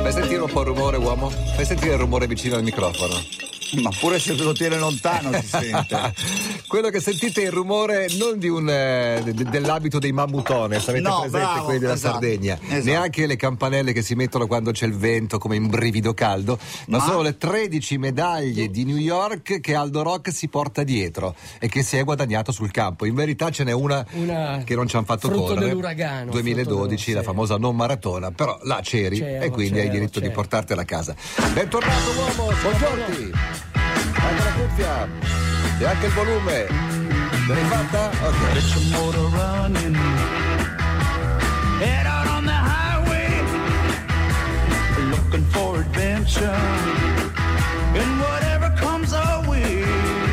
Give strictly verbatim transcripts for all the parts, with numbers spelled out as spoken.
Fai sentire un po' il rumore, uomo? Fai sentire il rumore vicino al microfono. Ma pure se lo tiene lontano si sente. Quello che sentite è il rumore non di un eh, de- dell'abito dei mammutones, avete No, presente bravo, quelli della esatto, Sardegna, esatto. neanche le campanelle che si mettono quando c'è il vento come in brivido caldo, ma, Ma- sono le tredici medaglie di New York che Aldo Rock si porta dietro e che si è guadagnato sul campo. In verità ce n'è una, Una che non ci hanno fatto frutto correre, dell'uragano, duemiladodici, frutto la dello- famosa non maratona, però là c'eri C'ero, e quindi hai c'ero, diritto di c'ero. portartela a casa. Bentornato uomo, buongiorno. Anche la cuffia e anche il volume. Ce l'hai fatta? Ok. Get your motor running. Head out on the highway, looking for adventure. And whatever comes our way,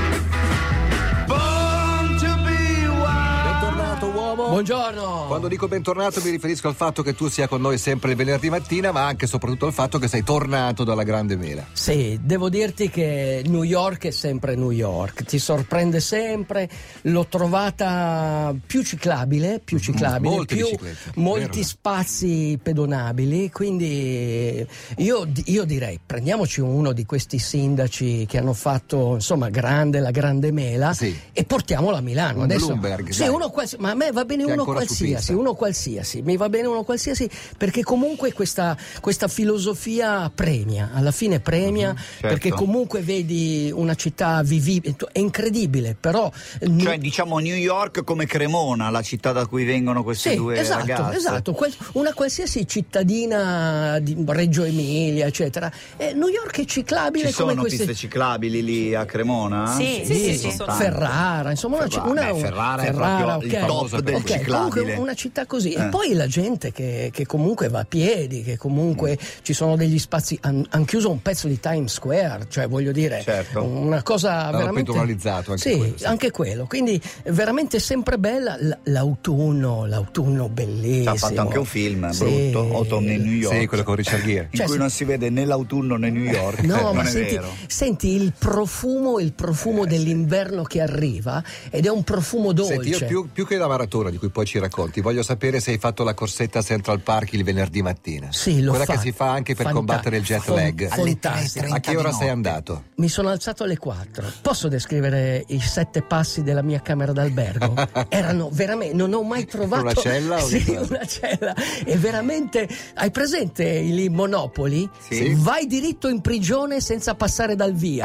born to be wild. Bentornato uomo. Buongiorno. Quando dico bentornato mi riferisco al fatto che tu sia con noi sempre il venerdì mattina, ma anche e soprattutto al fatto che sei tornato dalla Grande Mela. Sì, devo dirti che New York è sempre New York, ti sorprende sempre, l'ho trovata più ciclabile, più ciclabile, Molte più biciclette, molti vero? spazi pedonabili, quindi io, io direi prendiamoci uno di questi sindaci che hanno fatto insomma grande la Grande Mela Sì. e portiamolo a Milano. Un Adesso, Bloomberg, sì, dai. uno quals- ma a me va bene Che è uno ancora su qualsiasi, pista. uno qualsiasi, mi va bene uno qualsiasi perché comunque questa, questa filosofia premia, alla fine premia certo. perché comunque vedi una città vivibile, è incredibile, però Cioè diciamo New York come Cremona, la città da cui vengono queste sì, due esatto, ragazze. esatto, quel- una qualsiasi cittadina di Reggio Emilia, eccetera. Eh, New York è ciclabile Ci come sono queste piste ciclabili lì a Cremona? Sì, Sì, sì, sì, sì, Tanto. Ferrara, insomma, una, Ferrara, una, beh, Ferrara è Ferrara, proprio il ok. top del Ok, ciclabile. comunque una città così. E Eh. poi la gente che, che comunque va a piedi, che comunque ci sono degli spazi. Han, han chiuso un pezzo di Times Square, cioè voglio dire, Certo. una cosa L'hanno veramente. pedonalizzato anche sì, quello, sì. anche quello. Quindi veramente sempre bella. L- l'autunno, l'autunno bellissimo. Ha fatto anche un film Sì. brutto, Autumn in New York. Sì, quello con Richard Gere. in Cioè, cui sì. non si vede né l'autunno né New York. No, non ma è senti, vero. senti il profumo, il profumo Eh, dell'inverno che arriva ed è un profumo dolce. Senti, io più, più che la maratona di cui poi ci racconti, voglio sapere se hai fatto la corsetta a Central Park il venerdì mattina. Sì, l'ho Quella fatto. che si fa anche per Fanta- combattere il jet fon- lag. fantastico. A che ora sei andato? Mi sono alzato alle quattro. Posso descrivere i sette passi della mia camera d'albergo? Erano veramente, non ho mai trovato Una cella o sì, che cosa? una cella. E veramente, hai presente i Monopoli? Sì. Vai diritto in prigione senza passare dal via.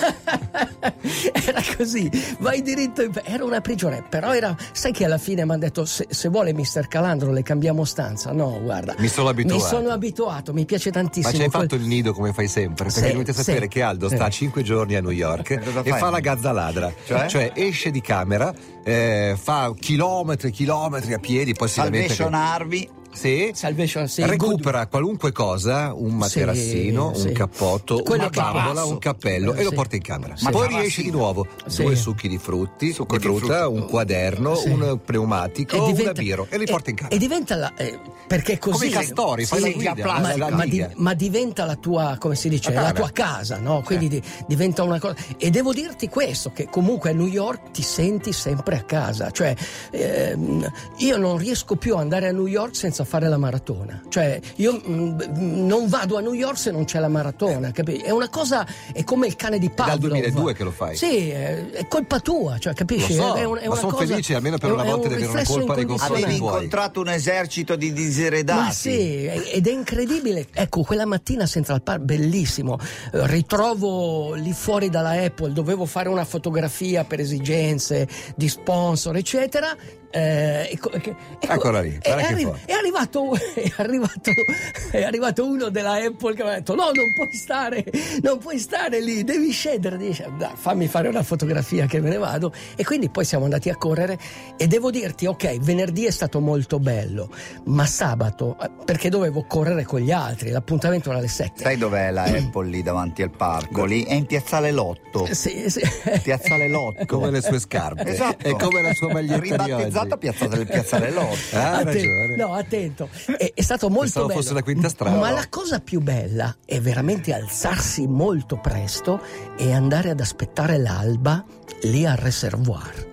Era così, vai diritto in... Era una prigione, però era... Sai che alla fine mi hanno detto, se, se vuole mister Calandro le cambiamo stanza? No, guarda. Mi sono abituato. Mi sono abituato, mi piace Ma tantissimo. ci hai quel- fatto il nido come fai sempre? Perché Sì, dovete sì. sapere che Aldo Sì. sta a cinque giorni a New York Cosa e fai? fa la gazzaladra. Cioè? esce di camera, eh, fa chilometri e chilometri a piedi, poi si lamenta che... Salvation Army. Sì, Salvation, sì, recupera qualunque cosa, un materassino, Sì, un sì. cappotto, Quello una che bambola, passo. un cappello Eh, e lo sì. porta in camera. Sì. Poi Materassino. riesce di nuovo, Sì. due succhi di frutti, Succo di di frutta, frutta. un quaderno, Sì. un pneumatico, E una biro e li e- porta in camera. E diventa la, eh, perché così Come i castori, fai la sì, guida, che la, plastica. la ma, diga. di- ma diventa la tua, come si dice, La la, camera. tua casa, no? Quindi di- diventa una cosa. E devo dirti questo: che comunque a New York ti senti sempre a casa. Cioè, ehm, io non riesco più ad andare a New York senza fare la maratona. Cioè, io mh, non vado a New York se non c'è la maratona, capi? È una cosa, è come il cane di dal Pavlov. duemiladue che lo fai. Sì, è, è colpa tua, cioè, capisci? Lo so, è, un- è ma una son cosa- felice almeno per è- una è volta un di avere una riflesso colpa nei confronti Avevi incondizionato. tuoi. incontrato un esercito di diseredati. Ma sì, ed è incredibile. Ecco, quella mattina a Central Park, bellissimo. Eh, Ritrovo lì fuori dalla Apple, dovevo fare una fotografia per esigenze di sponsor, eccetera. Eh, ecco, ecco, Eccola lì, è, guarda che arri- foto. è arrivato, è arrivato, è arrivato uno della Apple che mi ha detto: no, non puoi stare, non puoi stare lì, devi scendere. Dice, dai, fammi fare una fotografia che me ne vado. E quindi poi siamo andati a correre. E devo dirti, ok, venerdì è stato molto bello, ma sabato, eh, perché dovevo correre con gli altri, l'appuntamento era alle sette. Sai dov'è la Apple lì davanti al parco? Lì è in Piazzale Lotto. Sì, sì. Piazzale Lotto. Come le sue scarpe. Esatto. È come la sua maglietta di oggi. Ribattezzata Piazzale del Piazzale Lotto. Ah, hai Atten- ragione. no, attento, è, è stato molto Pensavo bello. fosse la quinta strada. Ma No. la cosa più bella è veramente alzarsi molto presto e andare ad aspettare l'alba lì al reservoir.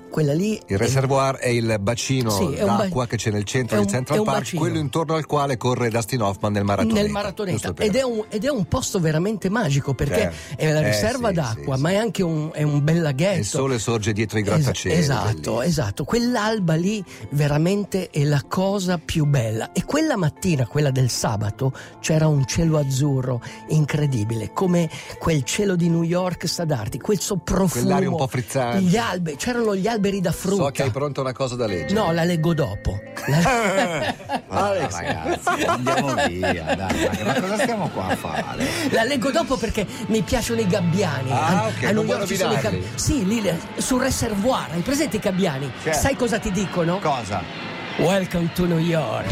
quella lì Il reservoir è il bacino Sì, è un ba- d'acqua che c'è nel centro è di un- Central è un Park, bacino. quello intorno al quale corre Dustin Hoffman nel maratoneta. nel maratoneta Giusto per- ed è, un, ed è un posto veramente magico perché Certo. è la Eh, riserva sì, d'acqua, sì, ma sì. è anche un, è un bel laghetto. Il sole sorge dietro i Es- grattacieli. esatto, bellissimo. esatto. Quell'alba lì veramente è la cosa più bella. E quella mattina, quella del sabato, c'era un cielo azzurro incredibile, come quel cielo di New York sta darti, quel suo profumo. Quell'aria un po' frizzante. Gli alberi, c'erano gli alberi da frutta. So che hai pronto una cosa da leggere. No, la leggo dopo. La... Alex, ragazzi, andiamo via, dai, ma cosa stiamo qua a fare? La leggo dopo perché mi piacciono i gabbiani. Ah, A- ok, a New non York ci sono i rovinarli. gabbiani. Sì, lì le- sul reservoir. Hai presente i gabbiani? Certo. Sai cosa ti dicono? Cosa? Welcome to New York.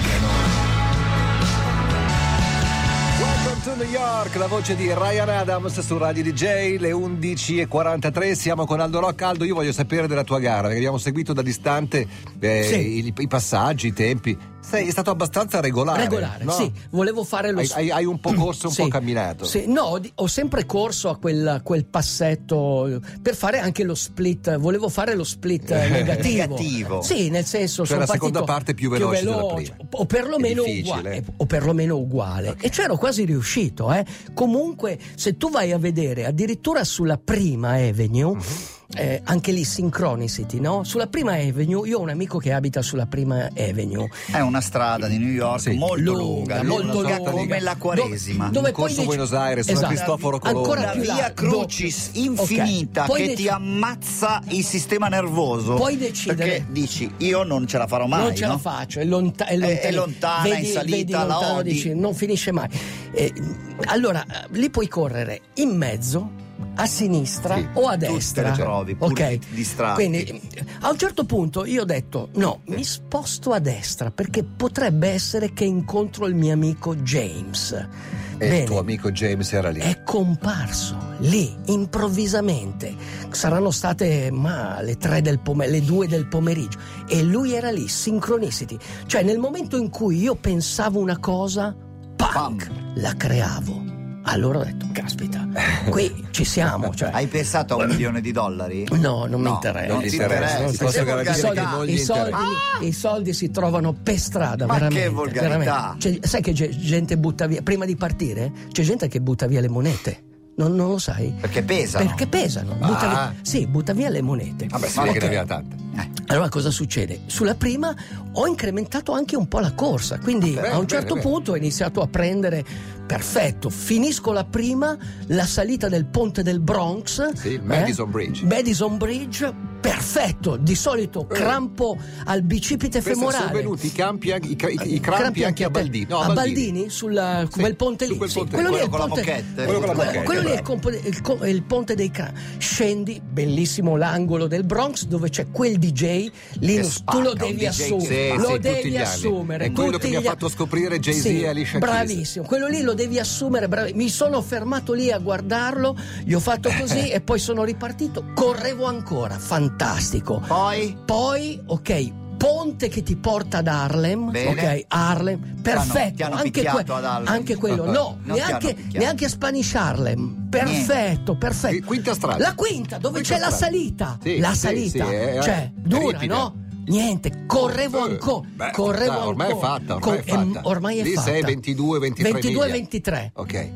Welcome to New York, la voce di Ryan Adams su Radio D J, le undici e quarantatré, siamo con Aldo Rock. Aldo, io voglio sapere della tua gara, perché abbiamo seguito da distante eh, Sì. i, i passaggi, i tempi. Sei stato abbastanza regolare. Regolare, no? sì. Volevo fare lo Hai, hai- hai un po' corso, un Sì, po' camminato. Sì, no, di- ho sempre corso a quel, quel passetto per fare anche lo split. Volevo fare lo split eh, negativo. Negativo. Sì, nel senso Cioè sono la partito seconda parte più veloce della veloce, prima. o perlomeno È difficile. uguale, o perlomeno uguale. E c'ero quasi riuscito, eh. Comunque, se tu vai a vedere addirittura sulla prima Avenue, Mhm. eh, anche lì Synchronicity, no? Sulla prima Avenue, io ho un amico che abita sulla prima Avenue. È una strada di New York Sì. molto lunga, Lunga, lunga, molto lunga. come la Quaresima. Dove, dove In corso poi dici- Buenos Aires, una Esatto. Cristoforo Colombo. Ancora Una più là, via Crucis dopo- infinita Ok. Poi che deci- ti ammazza il sistema nervoso. Puoi decidere- Perché dici, io non ce la farò mai. non ce no? la faccio, è, lonta- è, È- lontana, è lontana, in salita, vedi la lontano, odi. dici, non finisce mai. Eh, allora, eh, lì puoi correre in mezzo, a sinistra Sì, o a tutte destra. le trovi, pure ok, distratti. quindi eh, a un certo punto io ho detto no, mi sposto a destra perché potrebbe essere che incontro il mio amico James. E Bene. il tuo amico James era lì. È comparso lì improvvisamente. Saranno state ma le tre del pomeriggio, le due del pomeriggio, e lui era lì, Synchronicity. Cioè, nel momento in cui io pensavo una cosa, punk, la creavo. Allora ho detto, caspita, qui ci siamo. Cioè, Hai pensato a un milione di dollari? no, non mi No, interessa. non ti interessa. Non Ti posso Che garantire che volgarità. non gli I soldi, interessa. i soldi si trovano per strada, Ma che veramente. volgarità. veramente. C'è- sai che ge- gente butta via, prima di partire, c'è gente che butta via le monete. Non, non lo sai? Perché pesano. Perché pesano. Butta Ah. via, sì, butta via le monete. Vabbè, si Ma vede che Ok. ne aveva tante. Allora cosa succede? Sulla prima ho incrementato anche un po' la corsa, quindi Bene, a un certo bene, punto ho iniziato a prendere, perfetto, finisco la prima, la salita del ponte del Bronx. Sì, il Madison Bridge. Madison Bridge, perfetto, di solito crampo al bicipite Questi femorale. sono venuti i, campi, anche- i, cra- i- i crampi anche a te. Baldini. No, a Baldini, sul Sì, quel ponte su lì. quel sì. ponte. Quello lì è il Quello con la ponte, moquette. Quello con la quello- moquette, quello lì è il, bravo. compo- il co- il ponte dei crampi. Scendi, bellissimo l'angolo del Bronx dove c'è quel D J, lì Che tu spacca, lo un devi D J. assumere. Sì, lo sì, tutti devi gli anni. assumere. È quello tutti che mi ha gli- fatto scoprire Jay-Z Sì, e Alicia Keys. bravissimo, quello lì lo devi assumere. bravi- Mi sono fermato lì a guardarlo, gli ho fatto così e poi sono ripartito. Correvo ancora, fantastico. Poi? Poi, ok, ponte che ti porta ad Harlem, Bene. ok, Harlem, perfetto. ti hanno anche, picchiato ad Harlem? anche quello, no, Non ti neanche, hanno picchiato. neanche a Spanish Harlem, perfetto, perfetto. Qui- quinta strada. La quinta, dove Quinta c'è la strada. salita, Sì, la sì, salita, sì, è- cioè, è dura, ripida. no? Niente, correvo Eh, ancora, beh, correvo dai, ormai ancora. è fatta, ormai è Co- ehm, fatta. ormai è Lì fatta. sei ventidue, ventitré ventidue miglia. ventitré, Ok.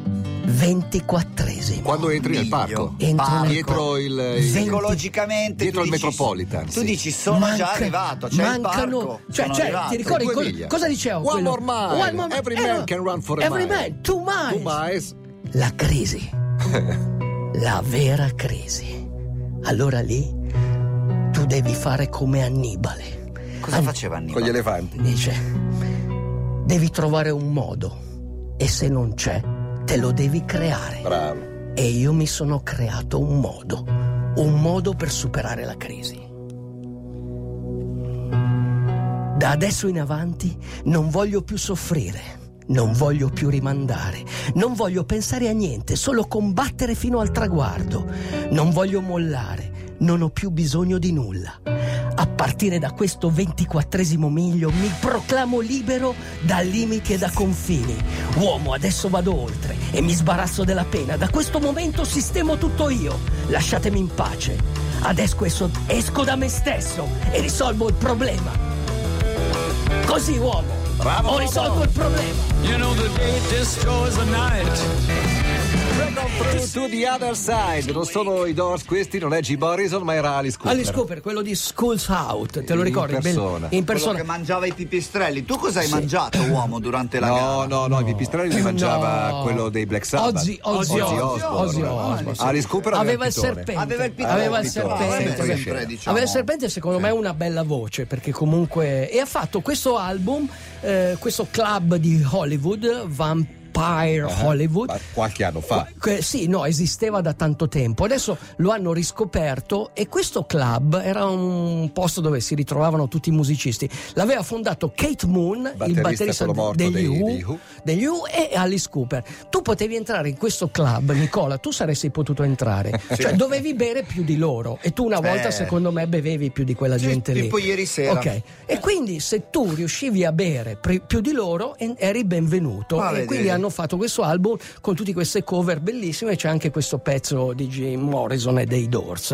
ventiquattresimo. Quando entri nel Miglio. parco? Entro Pa- nel Dietro co- il, il- Venti- Psicologicamente Dietro tu il dici- Metropolitan, Tu sì. dici sono Manca- già arrivato, c'è mancano, il parco. cioè, sono cioè, arrivato. ti ricordi Due co- miglia. cosa diceva One quello? more mile. One more- Every eh, man no. can run for a Every mile. man, two miles. Two miles. La crisi, la vera crisi. Allora lì tu devi fare come Annibale. Cosa An- faceva Annibale? Con gli elefanti. Dice, devi trovare un modo e se non c'è, te lo devi creare. Bravo. E io mi sono creato un modo, un modo per superare la crisi. Da adesso in avanti non voglio più soffrire, non voglio più rimandare, non voglio pensare a niente, solo combattere fino al traguardo. Non voglio mollare, non ho più bisogno di nulla. A partire da questo ventiquattresimo miglio mi proclamo libero da limiti e da confini. Uomo, adesso vado oltre e mi sbarazzo della pena. Da questo momento sistemo tutto io. Lasciatemi in pace. Adesso esco, esco da me stesso e risolvo il problema. Così, uomo. Bravo, Ho uomo. risolto il problema. You know the day destroys the night. Through to the other side. Non sono i Doors, questi non è Jim Morrison, ma era Alice Cooper. Alice Cooper, quello di School's Out, te lo In ricordi? Bel- persona. In Quello persona. che mangiava i pipistrelli. Tu cosa hai mangiato, uomo, durante la No, gara? no, no, i pipistrelli li mangiava No. quello dei Black Sabbath. Ozzy, Ozzy, Ozzy Osbourne. Osbourne. Ozzy Osbourne, sì. Alice Cooper aveva, aveva il pitone. serpente. Aveva il pitone. Aveva il pitone. serpente. Sempre sempre, scena. diciamo. Aveva il serpente, secondo me, una bella voce, perché comunque. E ha fatto questo album, eh, questo club di Hollywood, Vampire Hollywood. Ma qualche anno fa. Que- sì, no, esisteva da tanto tempo. Adesso lo hanno riscoperto e questo club era un posto dove si ritrovavano tutti i musicisti. L'aveva fondato Kate Moon, Batterista, il batterista quello morto degli, dei- Who, degli Who. degli Who, e Alice Cooper. Tu potevi entrare in questo club, Nicola, tu saresti potuto entrare. Cioè dovevi bere più di loro e tu una volta Eh. secondo me bevevi più di quella Sì, gente lì. tipo ieri sera. Ok. E quindi se tu riuscivi a bere pri- più di loro en- eri benvenuto. Ah, e vedi, quindi vedi. hanno fatto questo album con tutte queste cover bellissime e c'è anche questo pezzo di Jim Morrison e dei Doors.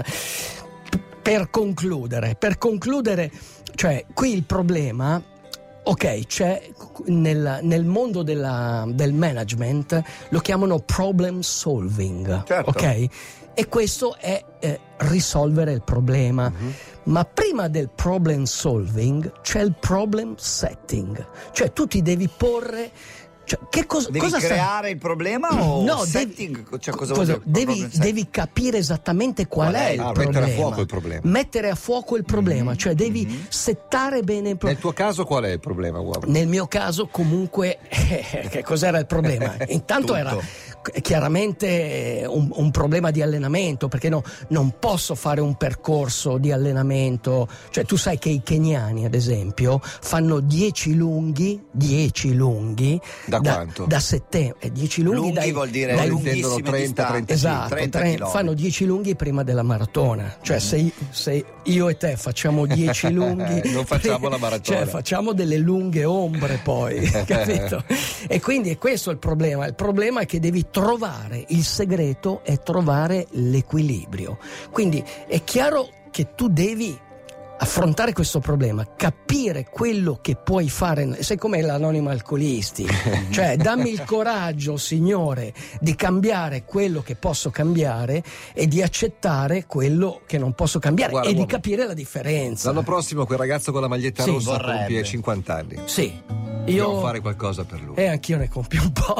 P- per concludere, per concludere, cioè qui il problema, ok, c'è nel, nel mondo della- del management lo chiamano problem solving, Certo. ok? E questo è eh, risolvere il problema. Ma prima del problem solving c'è il problem setting, cioè tu ti devi porre. Cioè, che cosa, Devi cosa sta- creare il problema o No, setting? devi, Cioè, cosa cosa- vuol dire devi, problem setting? devi capire esattamente qual, Qual è è? il Ah, problema. mettere a fuoco il problema. Mettere a fuoco il problema, cioè devi settare bene il problema. Nel tuo caso qual è il problema, uomo? Nel mio caso comunque eh, che cos'era il problema? Intanto Tutto. era eh, chiaramente un, un problema di allenamento, perché no, non posso fare un percorso di allenamento, cioè tu sai che i keniani ad esempio fanno dieci lunghi, dieci lunghi Da quanto? Da settembre, dieci lunghi, Lunghi dai, vuol dire dai- lunghissime intendono trenta, distanze. trenta, Esatto, trenta tre- chilometri. fanno dieci lunghi prima della maratona. Cioè, se, se io e te facciamo dieci lunghi, Non facciamo la maratona. Cioè, facciamo delle lunghe ombre poi, capito? E quindi è questo il problema. Il problema è che devi trovare il segreto è trovare l'equilibrio. Quindi è chiaro che tu devi affrontare questo problema, capire quello che puoi fare. Sai com'è l'anonimo alcolisti? Cioè, dammi il coraggio, Signore, di cambiare quello che posso cambiare e di accettare quello che non posso cambiare. Guarda, e di uomo, capire la differenza. L'anno prossimo quel ragazzo con la maglietta Sì, rossa vorrebbe. compie cinquanta anni. Sì, Dobbiamo io fare qualcosa per lui. e anch'io ne compio un po'.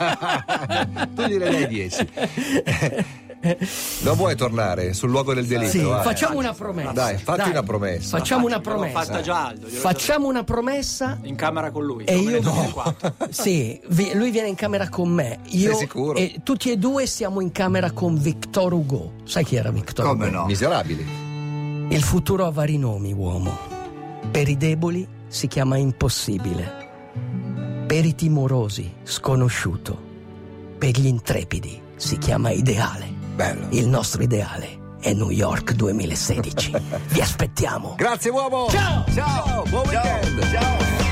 Tu gliene dai dieci. Non vuoi tornare sul luogo del delitto? Sì, vai. facciamo una promessa. Dai, fatti una promessa. Facciamo una L'ho promessa. fatta già Aldo. gliel'ho Facciamo una promessa. detto in camera con lui. E come io nel duemilaquattro. Sì, vi- lui viene in camera con me. Io Sei sicuro? e tutti e due siamo in camera con Victor Hugo. Sai chi era Victor Come Hugo? no? Miserabili. Il futuro ha vari nomi, uomo. Per i deboli si chiama impossibile. Per i timorosi, sconosciuto. Per gli intrepidi si chiama ideale. Bello. Il nostro ideale è New York duemilasedici. Vi aspettiamo. Grazie uomo. Ciao! Ciao, buon weekend. Ciao.